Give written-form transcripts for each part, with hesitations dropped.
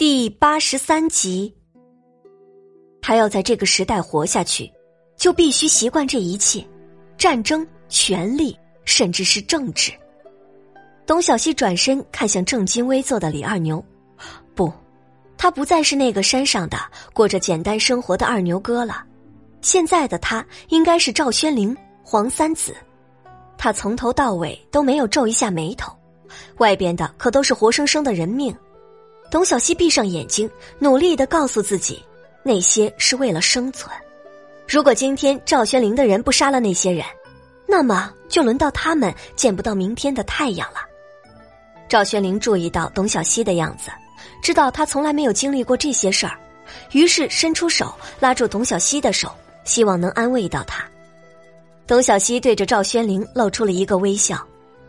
第83集。他要在这个时代活下去，就必须习惯这一切，战争、权力，甚至是政治。董小希转身看向正襟危坐的李二牛，不，他不再是那个山上的过着简单生活的二牛哥了，现在的他应该是赵宣灵、黄三子。他从头到尾都没有皱一下眉头，外边的可都是活生生的人命。董小希闭上眼睛，努力地告诉自己，那些是为了生存。如果今天赵宣灵的人不杀了那些人，那么就轮到他们见不到明天的太阳了。赵宣灵注意到董小希的样子，知道他从来没有经历过这些事儿，于是伸出手拉住董小希的手，希望能安慰到他。董小希对着赵宣灵露出了一个微笑，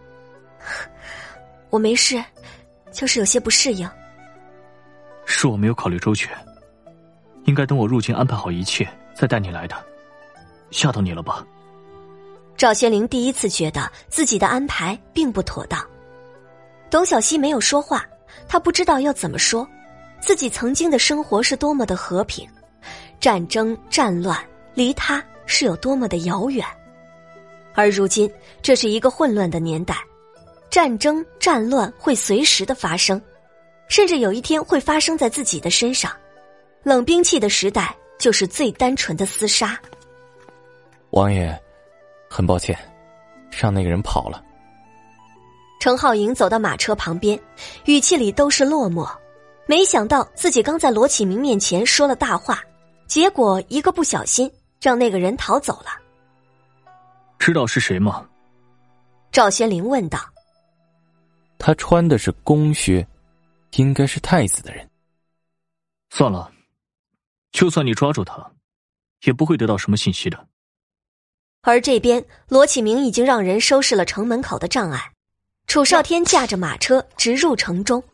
我没事，就是有些不适应。 是我没有考虑周全，应该等我入京安排好一切再带你来的，吓到你了吧？ 赵宣灵第一次觉得自己的安排并不妥当。董小希没有说话，他不知道要怎么说，自己曾经的生活是多么的和平，战争战乱离他是有多么的遥远。而如今这是一个混乱的年代，战争战乱会随时的发生，甚至有一天会发生在自己的身上。冷兵器的时代就是最单纯的厮杀。 王爷，很抱歉，让那个人跑了。 程浩营走到马车旁边，语气里都是落寞。没想到自己刚在罗启明面前说了大话，结果一个不小心让那个人逃走了。 知道是谁吗？ 赵宣灵问道。 他穿的是公靴，应该是太子的人。 算了，就算你抓住他，也不会得到什么信息的。 而这边罗启明已经让人收拾了城门口的障碍，楚少天驾着马车直入城中。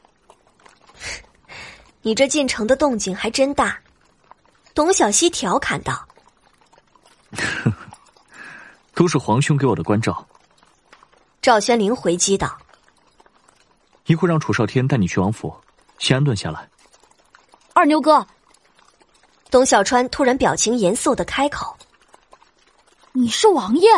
你这进城的动静还真大，董小希调侃道。 都是皇兄给我的关照。 赵宣灵回击道。 一会儿让楚少天带你去王府，先安顿下来。 二牛哥， 董小川突然表情严肃地开口。 你是王爷？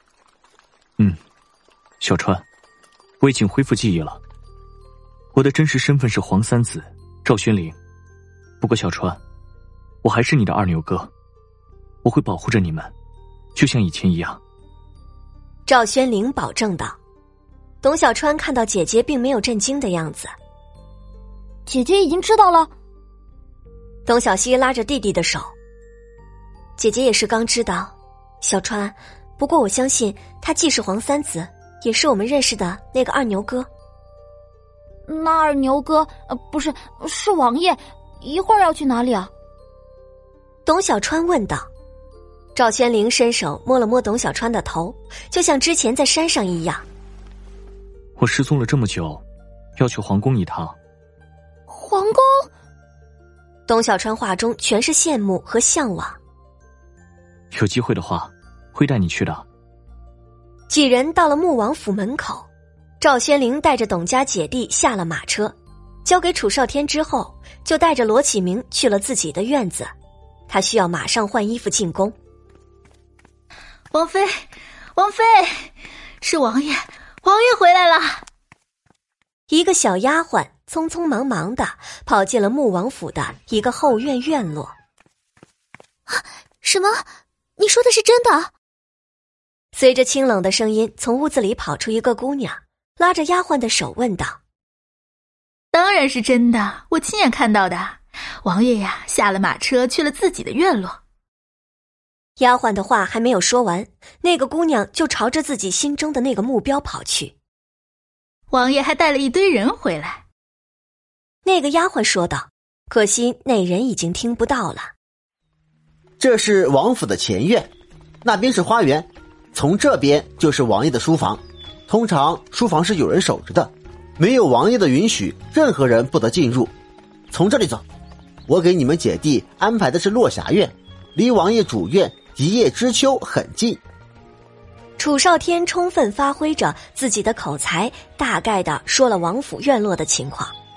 小川，我已经恢复记忆了。我的真实身份是黄三子赵宣灵，不过小川，我还是你的二牛哥，我会保护着你们，就像以前一样。 赵宣灵保证道。董小川看到姐姐并没有震惊的样子。 姐姐已经知道了。 董小希拉着弟弟的手。姐姐也是刚知道，小川，不过我相信他既是黄三子，也是我们认识的那个二牛哥。 那二牛哥，不是，是王爷，一会儿要去哪里啊？ 董小川问道。赵宣灵伸手摸了摸董小川的头，就像之前在山上一样。 我失踪了这么久，要去皇宫一趟。 皇宫？ 董小川话中全是羡慕和向往。 有机会的话，会带你去的。 几人到了穆王府门口，赵宣灵带着董家姐弟下了马车，交给楚少天之后，就带着罗启明去了自己的院子。他需要马上换衣服进宫。 王妃，王妃，是王爷，王爷回来了。 一个小丫鬟匆匆忙忙地跑进了穆王府的一个后院院落。 什么？你说的是真的？ 随着清冷的声音，从屋子里跑出一个姑娘，拉着丫鬟的手问道。 当然是真的，我亲眼看到的。王爷呀，下了马车去了自己的院落。 丫鬟的话还没有说完，那个姑娘就朝着自己心中的那个目标跑去。 王爷还带了一堆人回来。 那个丫鬟说道，可惜那人已经听不到了。 这是王府的前院，那边是花园，从这边就是王爷的书房。通常书房是有人守着的，没有王爷的允许，任何人不得进入。从这里走，我给你们姐弟安排的是落霞院，离王爷主院一叶知秋很近。 楚少天充分发挥着自己的口才，大概的说了王府院落的情况。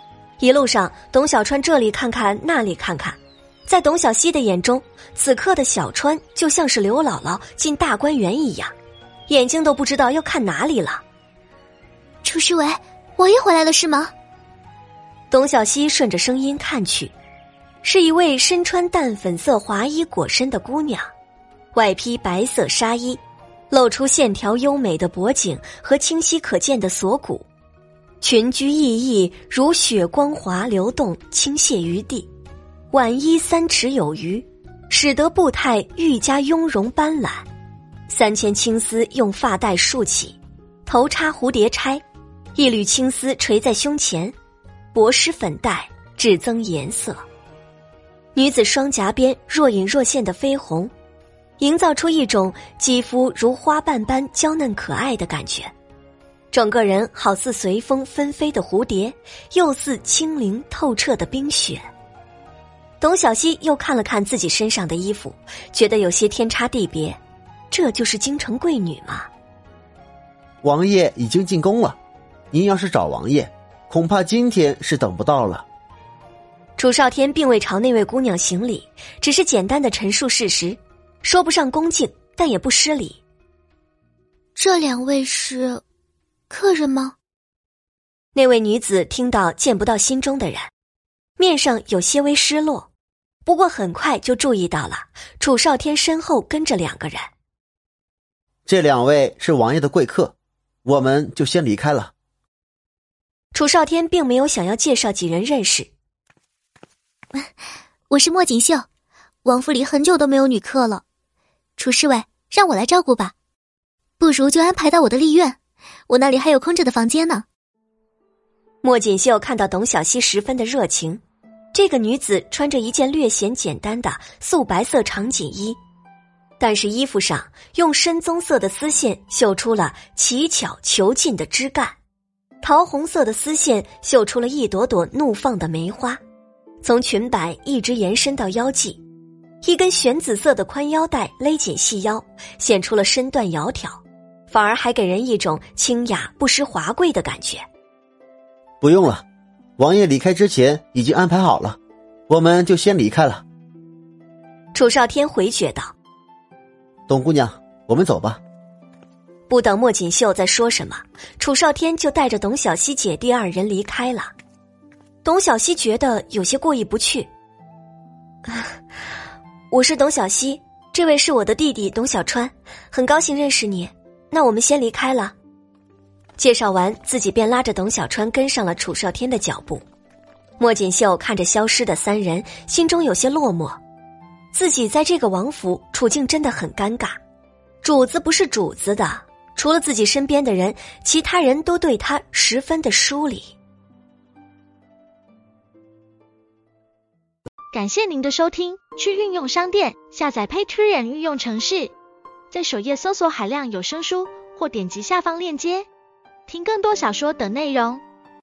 一路上，董小川这里看看那里看看，在董小希的眼中，此刻的小川就像是刘姥姥进大观园一样，眼睛都不知道要看哪里了。 楚师伟，王爷回来了是吗？ 董小希顺着声音看去，是一位身穿淡粉色华衣裹身的姑娘，外披白色纱衣，露出线条优美的脖颈和清晰可见的锁骨，裙裾熠熠如雪光滑流动倾泻于地，挽衣3尺有余，使得步态愈加雍容斑斓。3000青丝用发带束起，头插蝴蝶钗，一缕青丝垂在胸前，薄施粉黛，只增颜色。女子双颊边若隐若现的绯红，营造出一种肌肤如花瓣般娇嫩可爱的感觉，整个人好似随风纷飞的蝴蝶，又似清灵透彻的冰雪。董小希又看了看自己身上的衣服，觉得有些天差地别，这就是京城贵女吗？ 王爷已经进宫了，您要是找王爷，恐怕今天是等不到了。 楚少天并未朝那位姑娘行礼，只是简单的陈述事实，说不上恭敬，但也不失礼。 这2位是客人吗？ 那位女子听到见不到心中的人，面上有些微失落，不过很快就注意到了楚少天身后跟着2个人。 这2位是王爷的贵客，我们就先离开了。 楚少天并没有想要介绍几人认识。 我是莫锦绣，王府里很久都没有女客了，楚侍卫让我来照顾吧，不如就安排到我的丽苑，我那里还有空着的房间呢。 莫锦绣看到董小希十分的热情，这个女子穿着一件略显简单的素白色长锦衣，但是衣服上用深棕色的丝线绣出了奇巧遒劲的枝干，桃红色的丝线绣出了一朵朵怒放的梅花，从裙摆一直延伸到腰际，一根玄紫色的宽腰带勒紧细腰，显出了身段窈窕，反而还给人一种清雅不失华贵的感觉。 不用了，王爷离开之前已经安排好了，我们就先离开了。 楚少天回绝道。 董姑娘，我们走吧。 不等莫锦绣再说什么，楚少天就带着董小希姐弟2人离开了。董小希觉得有些过意不去。我是董小希，这位是我的弟弟董小川，很高兴认识你，那我们先离开了。介绍完，自己便拉着董小川跟上了楚少天的脚步。莫锦绣看着消失的3人，心中有些落寞，自己在这个王府处境真的很尴尬，主子不是主子的，除了自己身边的人，其他人都对他十分的疏离。 感谢您的收听，去运用商店下载 Patreon 运用程式，在首页搜索海量有声书，或点击下方链接听更多小说等内容。